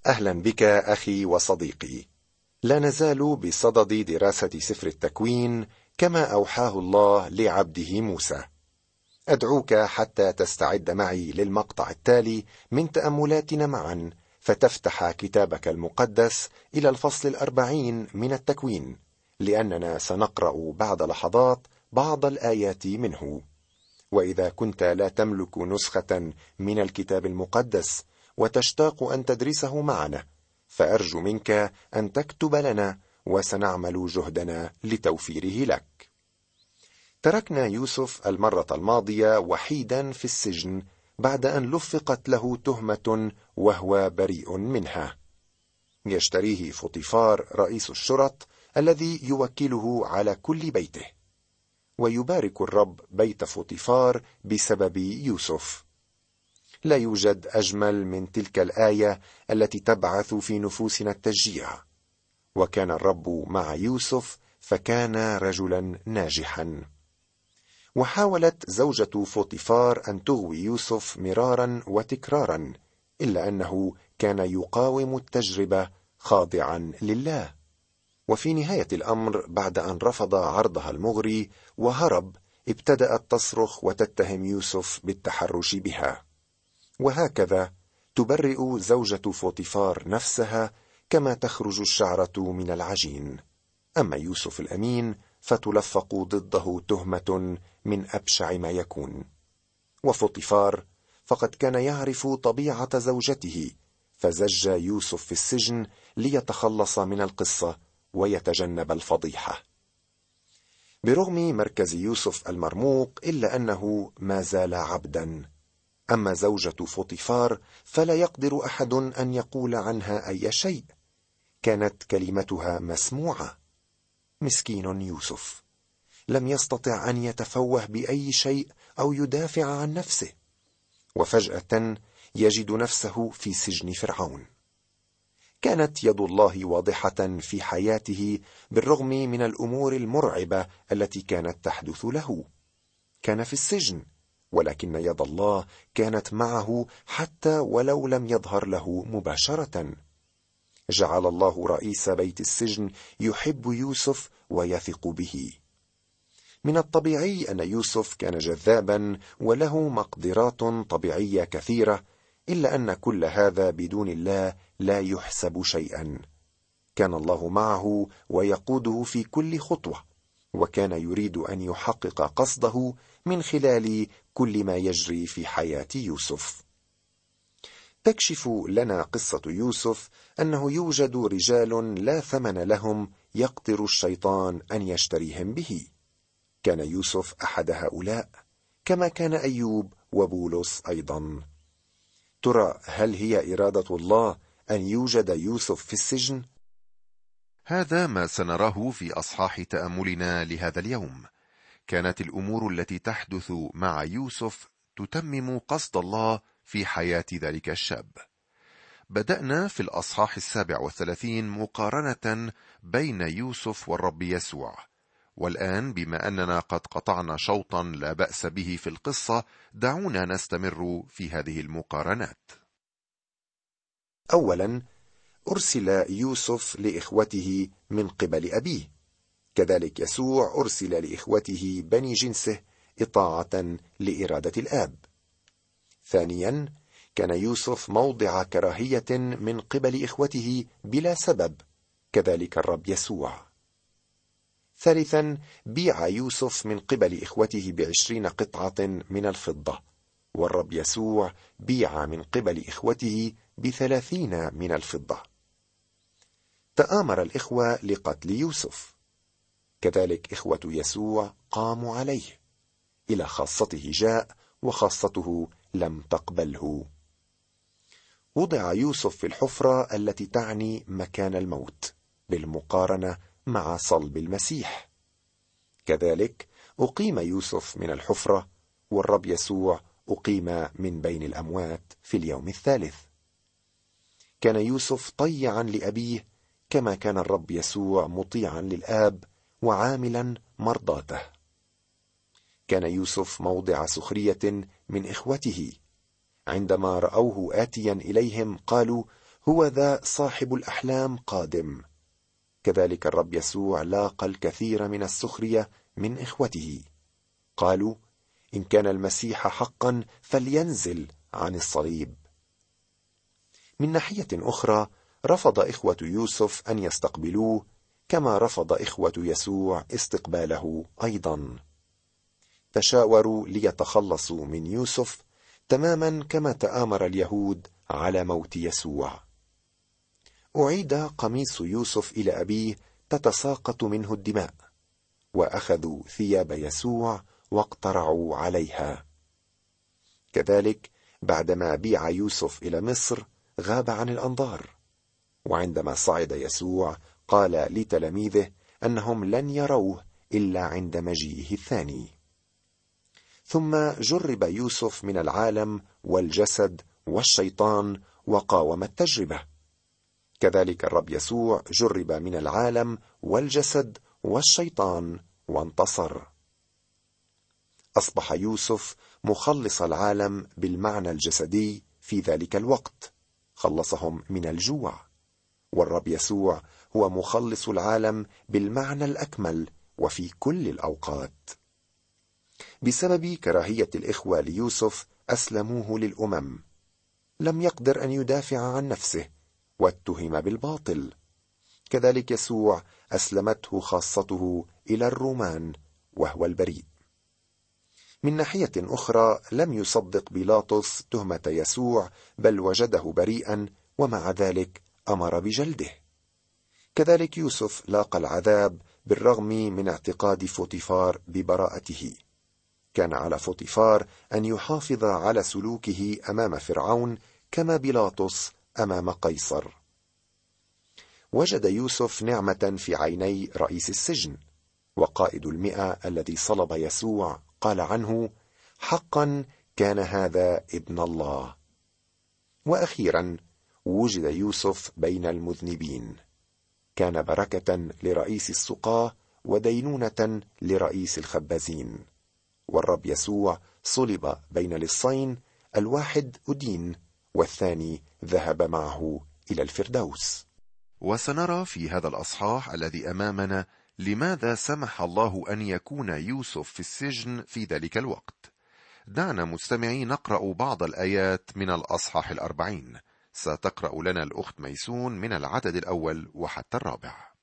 أهلا بك أخي وصديقي. لا نزال بصدد دراسة سفر التكوين كما أوحاه الله لعبده موسى. أدعوك حتى تستعد معي للمقطع التالي من تأملاتنا معا، فتفتح كتابك المقدس إلى الفصل 40 من التكوين، لأننا سنقرأ بعد لحظات بعض الآيات منه. وإذا كنت لا تملك نسخة من الكتاب المقدس وتشتاق أن تدرسه معنا، فأرجو منك أن تكتب لنا وسنعمل جهدنا لتوفيره لك. تركنا يوسف المرة الماضية وحيدا في السجن بعد أن لفقت له تهمة وهو بريء منها. يشتريه فطيفار رئيس الشرط الذي يوكله على كل بيته، ويبارك الرب بيت فطيفار بسبب يوسف. لا يوجد أجمل من تلك الآية التي تبعث في نفوسنا التشجيع: وكان الرب مع يوسف فكان رجلا ناجحا. وحاولت زوجة فطيفار أن تغوي يوسف مرارا وتكرارا، إلا أنه كان يقاوم التجربة خاضعا لله. وفي نهاية الأمر، بعد أن رفض عرضها المغري وهرب، ابتدأت تصرخ وتتهم يوسف بالتحرش بها. وهكذا تبرئ زوجة فطيفار نفسها كما تخرج الشعرة من العجين. أما يوسف الأمين فتلفق ضده تهمة من أبشع ما يكون. وفطيفار فقد كان يعرف طبيعة زوجته، فزج يوسف في السجن ليتخلص من القصة ويتجنب الفضيحة. برغم مركز يوسف المرموق، إلا أنه ما زال عبدا. أما زوجة فطيفار فلا يقدر أحد أن يقول عنها أي شيء، كانت كلمتها مسموعة. مسكين يوسف، لم يستطع أن يتفوه بأي شيء أو يدافع عن نفسه، وفجأة يجد نفسه في سجن فرعون. كانت يد الله واضحة في حياته بالرغم من الأمور المرعبة التي كانت تحدث له. كان في السجن، ولكن يد الله كانت معه حتى ولو لم يظهر له مباشرة. جعل الله رئيس بيت السجن يحب يوسف ويثق به. من الطبيعي أن يوسف كان جذابا وله مقدرات طبيعية كثيرة، إلا أن كل هذا بدون الله لا يحسب شيئا. كان الله معه ويقوده في كل خطوة، وكان يريد أن يحقق قصده من خلال كل ما يجري في حياة يوسف. تكشف لنا قصة يوسف أنه يوجد رجال لا ثمن لهم يقدر الشيطان أن يشتريهم به. كان يوسف أحد هؤلاء، كما كان أيوب وبولس أيضا. ترى، هل هي إرادة الله أن يوجد يوسف في السجن؟ هذا ما سنراه في أصحاح تأملنا لهذا اليوم. كانت الأمور التي تحدث مع يوسف تتمم قصد الله في حياة ذلك الشاب. بدأنا في الأصحاح 37 مقارنة بين يوسف والرب يسوع، والآن بما أننا قد قطعنا شوطا لا بأس به في القصة، دعونا نستمر في هذه المقارنات. أولا، أرسل يوسف لإخوته من قبل أبيه، كذلك يسوع أرسل لإخوته بني جنسه إطاعة لإرادة الآب. ثانيا، كان يوسف موضع كراهية من قبل إخوته بلا سبب، كذلك الرب يسوع. ثالثا، بيع يوسف من قبل إخوته ب20 قطعة من الفضة، والرب يسوع بيع من قبل إخوته ب30 من الفضة. تآمر الإخوة لقتل يوسف، كذلك إخوة يسوع قاموا عليه. إلى خاصته جاء وخاصته لم تقبله. وضع يوسف في الحفرة التي تعني مكان الموت، بالمقارنة مع صلب المسيح. كذلك أقيم يوسف من الحفرة، والرب يسوع أقيم من بين الأموات في اليوم الثالث. كان يوسف طيعا لأبيه، كما كان الرب يسوع مطيعا للآب وعاملا مرضاته. كان يوسف موضع سخرية من إخوته. عندما رأوه آتيا إليهم قالوا: هو ذا صاحب الأحلام قادم. كذلك الرب يسوع لاقى الكثير من السخرية من إخوته. قالوا: إن كان المسيح حقا فلينزل عن الصليب. من ناحية أخرى رفض إخوة يوسف أن يستقبلوه، كما رفض إخوة يسوع استقباله أيضا. تشاوروا ليتخلصوا من يوسف تماما كما تآمر اليهود على موت يسوع. أعيد قميص يوسف إلى أبيه تتساقط منه الدماء، وأخذوا ثياب يسوع واقترعوا عليها. كذلك بعدما بيع يوسف إلى مصر غاب عن الأنظار، وعندما صعد يسوع قال لتلاميذه أنهم لن يروه إلا عند مجيئه الثاني. ثم جرب يوسف من العالم والجسد والشيطان وقاوم التجربة. كذلك الرب يسوع جرب من العالم والجسد والشيطان وانتصر. أصبح يوسف مخلص العالم بالمعنى الجسدي في ذلك الوقت، خلصهم من الجوع. والرب يسوع هو مخلص العالم بالمعنى الأكمل وفي كل الأوقات. بسبب كراهية الإخوة ليوسف أسلموه للأمم. لم يقدر أن يدافع عن نفسه واتهم بالباطل. كذلك يسوع أسلمته خاصته إلى الرومان وهو البريء. من ناحية أخرى لم يصدق بيلاطس تهمة يسوع، بل وجده بريئا، ومع ذلك أمر بجلده. كذلك يوسف لاقى العذاب بالرغم من اعتقاد فوطيفار ببراءته. كان على فوطيفار أن يحافظ على سلوكه أمام فرعون كما بيلاطس أمام قيصر. وجد يوسف نعمة في عيني رئيس السجن، وقائد 100 الذي صلب يسوع قال عنه: حقا كان هذا ابن الله. وأخيرا وجد يوسف بين المذنبين، كان بركة لرئيس السقاة ودينونة لرئيس الخبازين. والرب يسوع صلب بين لصين، الواحد أدين والثاني ذهب معه إلى الفردوس. وسنرى في هذا الأصحاح الذي أمامنا لماذا سمح الله أن يكون يوسف في السجن في ذلك الوقت. دعنا مستمعي نقرأ بعض الآيات من الأصحاح 40. ستقرأ لنا الأخت ميسون من العدد 1 وحتى 4.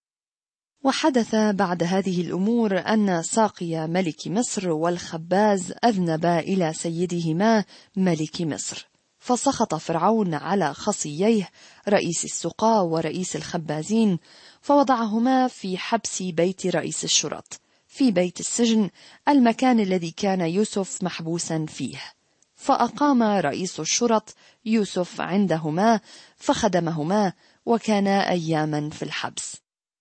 وحدث بعد هذه الأمور أن ساقي ملك مصر والخباز أذنبا إلى سيدهما ملك مصر، فسخط فرعون على خصييه رئيس السقاة ورئيس الخبازين، فوضعهما في حبس بيت رئيس الشرط في بيت السجن، المكان الذي كان يوسف محبوسا فيه. فأقام رئيس الشرط يوسف عندهما فخدمهما، وكان أياما في الحبس.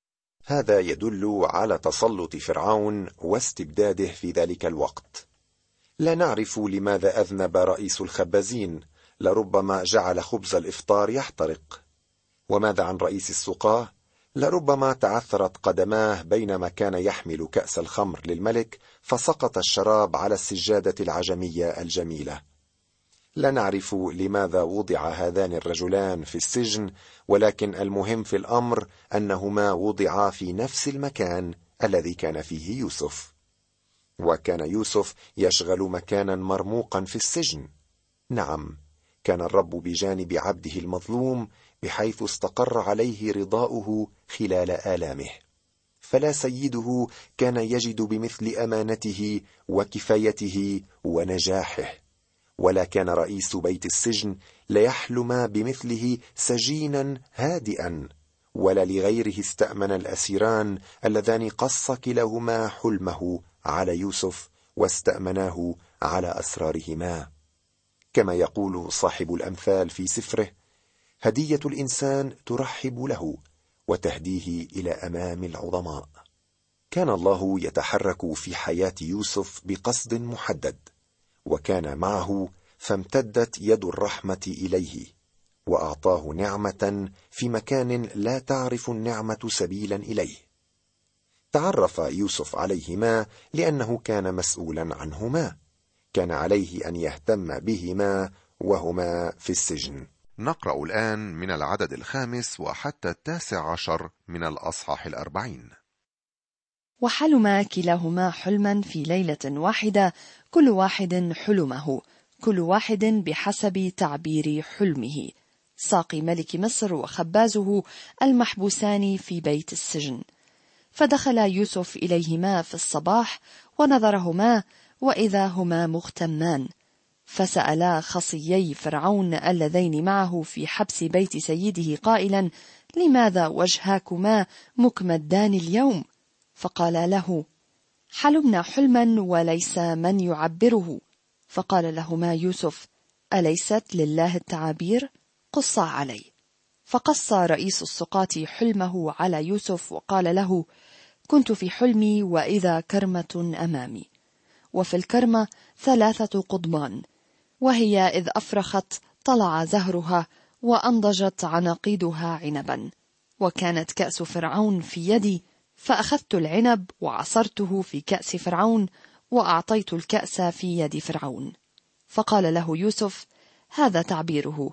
هذا يدل على تسلط فرعون واستبداده في ذلك الوقت. لا نعرف لماذا أذنب رئيس الخبازين، لربما جعل خبز الإفطار يحترق. وماذا عن رئيس السقاة؟ لربما تعثرت قدماه بينما كان يحمل كأس الخمر للملك، فسقط الشراب على السجادة العجمية الجميلة. لا نعرف لماذا وضع هذان الرجلان في السجن، ولكن المهم في الأمر أنهما وضعا في نفس المكان الذي كان فيه يوسف. وكان يوسف يشغل مكانا مرموقا في السجن. نعم، كان الرب بجانب عبده المظلوم، بحيث استقر عليه رضاؤه خلال آلامه. فلا سيده كان يجد بمثل أمانته وكفايته ونجاحه، ولا كان رئيس بيت السجن ليحلم بمثله سجينا هادئا، ولا لغيره استأمن الأسيران اللذان قص كلاهما حلمه على يوسف واستأمناه على أسرارهما. كما يقول صاحب الأمثال في سفره: هدية الإنسان ترحب له وتهديه إلى أمام العظماء. كان الله يتحرك في حياة يوسف بقصد محدد، وكان معه، فامتدت يد الرحمة إليه وأعطاه نعمة في مكان لا تعرف النعمة سبيلا إليه. تعرف يوسف عليهما لأنه كان مسؤولا عنهما، كان عليه أن يهتم بهما وهما في السجن. نقرأ الآن من العدد 5 وحتى 19 من الأصحاح 40. وحلم كلاهما حلما في ليلة واحدة، كل واحد حلمه، كل واحد بحسب تعبير حلمه، ساقي ملك مصر وخبازه المحبوسان في بيت السجن. فدخل يوسف إليهما في الصباح ونظرهما، وإذا هما مغتمان، فسألا خصيي فرعون اللذين معه في حبس بيت سيده قائلا: لماذا وجهاكما مكمدان اليوم؟ فقال له: حلمنا حلما وليس من يعبره. فقال لهما يوسف: أليست لله التعابير؟ قصا علي. فقص رئيس السقاة حلمه على يوسف وقال له: كنت في حلمي وإذا كرمة أمامي، وفي الكرمة 3 قضبان، وهي إذ أفرخت طلع زهرها وأنضجت عناقيدها عنبا، وكانت كأس فرعون في يدي، فأخذت العنب وعصرته في كأس فرعون وأعطيت الكأس في يد فرعون. فقال له يوسف: هذا تعبيره،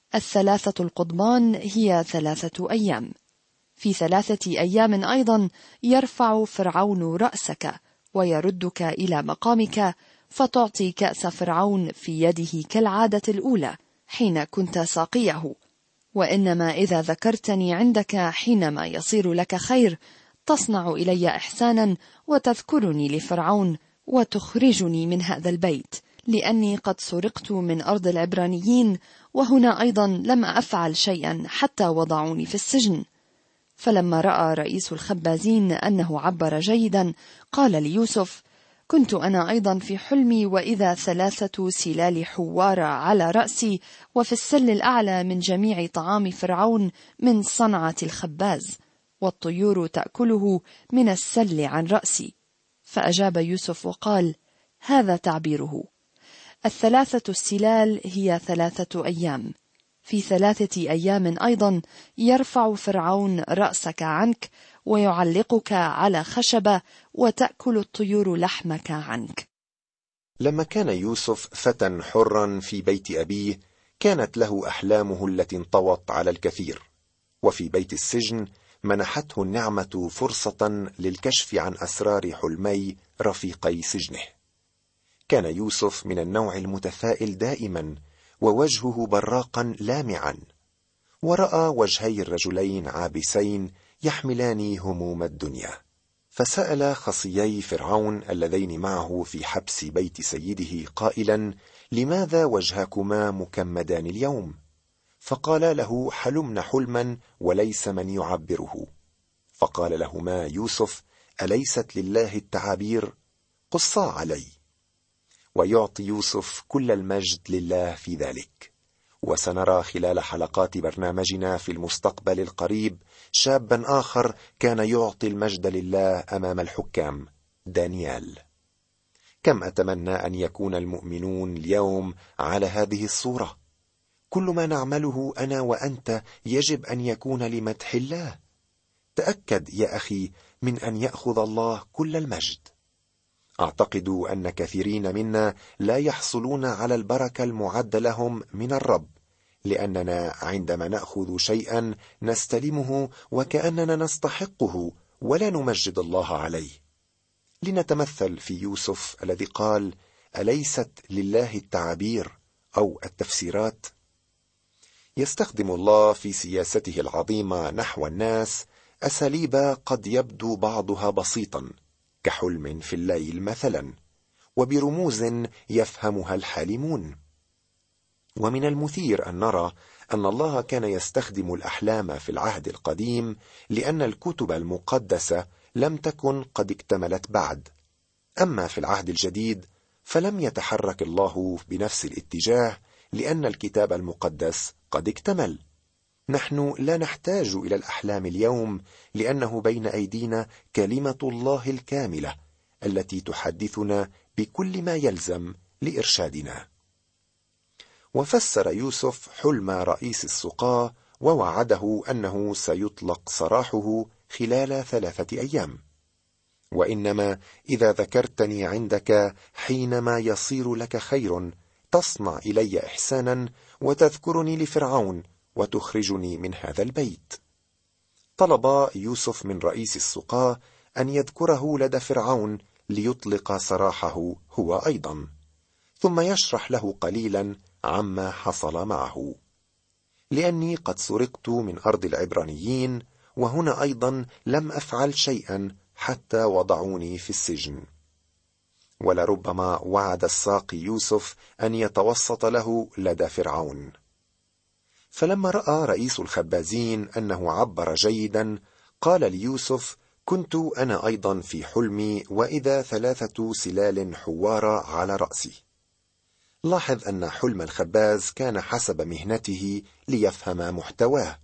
3 القضبان هي 3 أيام، في 3 أيام أيضا يرفع فرعون رأسك ويردك إلى مقامك، فتعطي كأس فرعون في يده كالعادة الأولى حين كنت ساقيه، وإنما إذا ذكرتني عندك حينما يصير لك خير تصنع إلي إحسانا وتذكرني لفرعون وتخرجني من هذا البيت، لأني قد سرقت من أرض العبرانيين، وهنا أيضا لم أفعل شيئا حتى وضعوني في السجن. فلما رأى رئيس الخبازين أنه عبر جيدا قال ليوسف: كنت أنا أيضا في حلمي وإذا 3 سلال حوار على رأسي، وفي السل الأعلى من جميع طعام فرعون من صنعة الخباز، والطيور تأكله من السل عن رأسي. فأجاب يوسف وقال: هذا تعبيره، 3 السلال هي 3 أيام، في 3 أيام أيضا يرفع فرعون رأسك عنك ويعلقك على خشبة وتأكل الطيور لحمك عنك. لما كان يوسف فتى حرا في بيت أبيه، كانت له أحلامه التي انطوت على الكثير، وفي بيت السجن منحته النعمة فرصة للكشف عن أسرار حلمي رفيقي سجنه. كان يوسف من النوع المتفائل دائما، ووجهه براقا لامعا، ورأى وجهي الرجلين عابسين يحملان هموم الدنيا، فسأل خصيي فرعون اللذين معه في حبس بيت سيده قائلا: لماذا وجهكما مكمدان اليوم؟ فقال له: حلمنا حلما وليس من يعبره. فقال لهما يوسف: أليست لله التعابير؟ قصا علي. ويعطي يوسف كل المجد لله في ذلك. وسنرى خلال حلقات برنامجنا في المستقبل القريب شابا آخر كان يعطي المجد لله أمام الحكام، دانيال. كم أتمنى أن يكون المؤمنون اليوم على هذه الصورة. كل ما نعمله أنا وأنت يجب أن يكون لمدح الله. تأكد يا أخي من أن يأخذ الله كل المجد. أعتقد أن كثيرين منا لا يحصلون على البركة المعدة لهم من الرب، لأننا عندما نأخذ شيئا نستلمه وكأننا نستحقه ولا نمجد الله عليه. لنتمثل في يوسف الذي قال: أليست لله التعابير أو التفسيرات؟ يستخدم الله في سياسته العظيمة نحو الناس أساليب قد يبدو بعضها بسيطا، كحلم في الليل مثلا، وبرموز يفهمها الحالمون. ومن المثير أن نرى أن الله كان يستخدم الأحلام في العهد القديم لأن الكتب المقدسة لم تكن قد اكتملت بعد. أما في العهد الجديد فلم يتحرك الله بنفس الاتجاه لأن الكتاب المقدس قد اكتمل. نحن لا نحتاج إلى الأحلام اليوم، لأنه بين أيدينا كلمة الله الكاملة التي تحدثنا بكل ما يلزم لإرشادنا. وفسر يوسف حلم رئيس السقاة ووعده أنه سيطلق سراحه خلال 3 أيام. وإنما إذا ذكرتني عندك حينما يصير لك خير تصنع إلي إحسانا وتذكرني لفرعون وتخرجني من هذا البيت. طلب يوسف من رئيس السقاة أن يذكره لدى فرعون ليطلق سراحه هو أيضا، ثم يشرح له قليلا عما حصل معه. لأني قد سرقت من أرض العبرانيين، وهنا أيضا لم أفعل شيئا حتى وضعوني في السجن. ولربما وعد الساقي يوسف أن يتوسط له لدى فرعون. فلما رأى رئيس الخبازين أنه عبر جيدا، قال ليوسف: كنت أنا أيضا في حلمي، وإذا 3 سلال حوارة على رأسي. لاحظ أن حلم الخباز كان حسب مهنته ليفهم محتواه،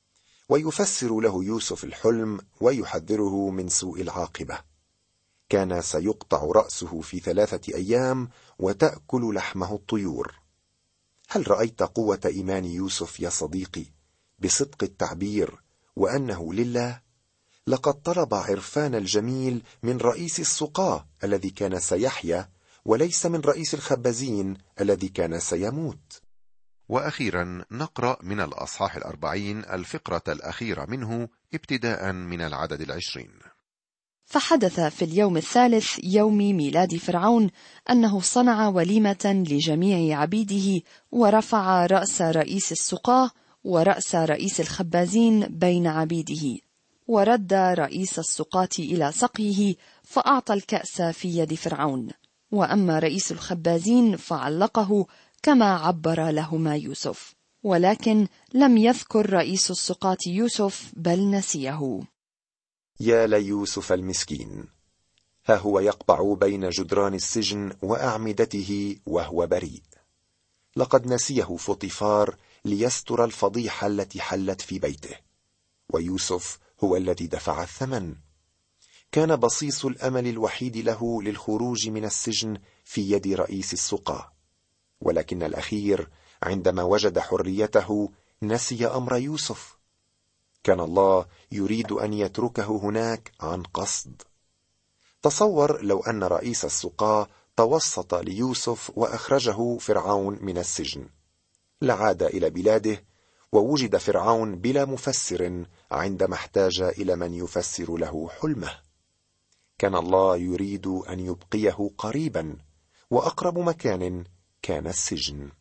ويفسر له يوسف الحلم ويحذره من سوء العاقبة. كان سيقطع رأسه في 3 أيام وتأكل لحمه الطيور. هل رأيت قوة إيمان يوسف يا صديقي بصدق التعبير وأنه لله؟ لقد طلب عرفان الجميل من رئيس السقاة الذي كان سيحيا، وليس من رئيس الخبازين الذي كان سيموت. وأخيرا نقرأ من الأصحاح 40 الفقرة الأخيرة منه ابتداء من العدد 20. فحدث في اليوم الثالث يوم ميلاد فرعون أنه صنع وليمة لجميع عبيده، ورفع رأس رئيس السقاة ورأس رئيس الخبازين بين عبيده، ورد رئيس السقاة إلى سقيه، فأعطى الكأس في يد فرعون. وأما رئيس الخبازين فعلقه كما عبر لهما يوسف، ولكن لم يذكر رئيس السقاة يوسف بل نسيه. يا ليوسف المسكين، ها هو يقبع بين جدران السجن وأعمدته وهو بريء. لقد نسيه فطيفار ليستر الفضيحة التي حلت في بيته، ويوسف هو الذي دفع الثمن. كان بصيص الأمل الوحيد له للخروج من السجن في يد رئيس السقاة، ولكن الأخير عندما وجد حريته نسي أمر يوسف. كان الله يريد أن يتركه هناك عن قصد. تصور لو أن رئيس السقاة توسط ليوسف وأخرجه فرعون من السجن، لعاد إلى بلاده، ووجد فرعون بلا مفسر عندما احتاج إلى من يفسر له حلمه. كان الله يريد أن يبقيه قريبا، وأقرب مكان كان السجن.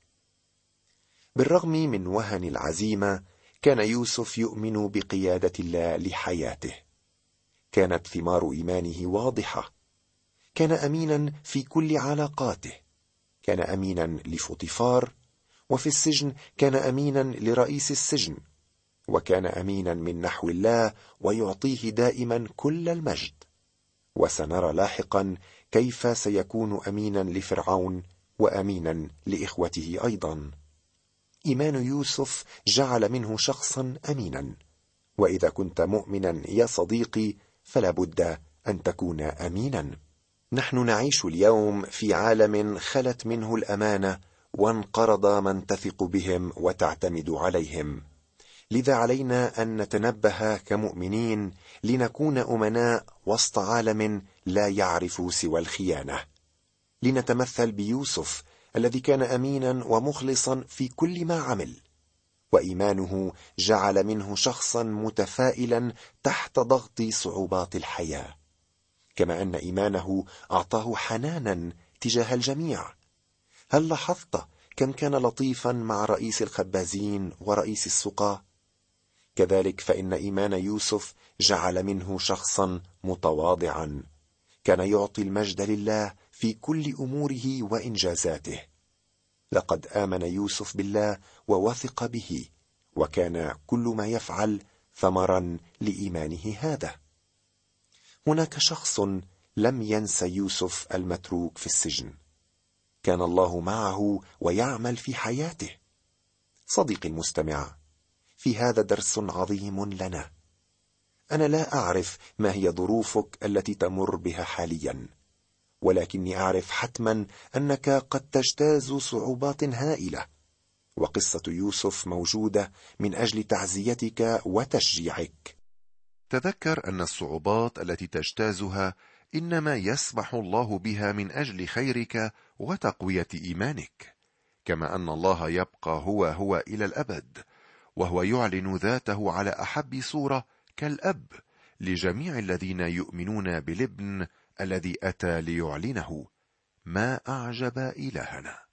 بالرغم من وهن العزيمة، كان يوسف يؤمن بقيادة الله لحياته. كانت ثمار إيمانه واضحة. كان أمينا في كل علاقاته. كان أمينا لفطيفار، وفي السجن كان أمينا لرئيس السجن، وكان أمينا من نحو الله ويعطيه دائما كل المجد. وسنرى لاحقا كيف سيكون أمينا لفرعون وأمينا لإخوته أيضا. إيمان يوسف جعل منه شخصا أمينا، وإذا كنت مؤمنا يا صديقي فلا بد أن تكون أمينا. نحن نعيش اليوم في عالم خلت منه الأمانة، وانقرض من تثق بهم وتعتمد عليهم. لذا علينا أن نتنبه كمؤمنين لنكون أمناء وسط عالم لا يعرف سوى الخيانة. لنتمثل بيوسف الذي كان أمينا ومخلصا في كل ما عمل، وإيمانه جعل منه شخصا متفائلا تحت ضغط صعوبات الحياة، كما أن إيمانه أعطاه حنانا تجاه الجميع. هل لاحظت كم كان لطيفا مع رئيس الخبازين ورئيس السقاة؟ كذلك فإن إيمان يوسف جعل منه شخصا متواضعا، كان يعطي المجد لله في كل أموره وإنجازاته. لقد آمن يوسف بالله ووثق به، وكان كل ما يفعل ثمرا لإيمانه هذا. هناك شخص لم ينس يوسف المتروك في السجن. كان الله معه ويعمل في حياته. صديقي المستمع، في هذا درس عظيم لنا. أنا لا أعرف ما هي ظروفك التي تمر بها حاليا، ولكني أعرف حتما أنك قد تجتاز صعوبات هائلة، وقصة يوسف موجودة من أجل تعزيتك وتشجيعك. تذكر أن الصعوبات التي تجتازها إنما يسمح الله بها من أجل خيرك وتقوية إيمانك. كما أن الله يبقى هو إلى الأبد، وهو يعلن ذاته على أحب صورة كالأب لجميع الذين يؤمنون بالابن الذي أتى ليعلنه. ما أعجب إلهنا.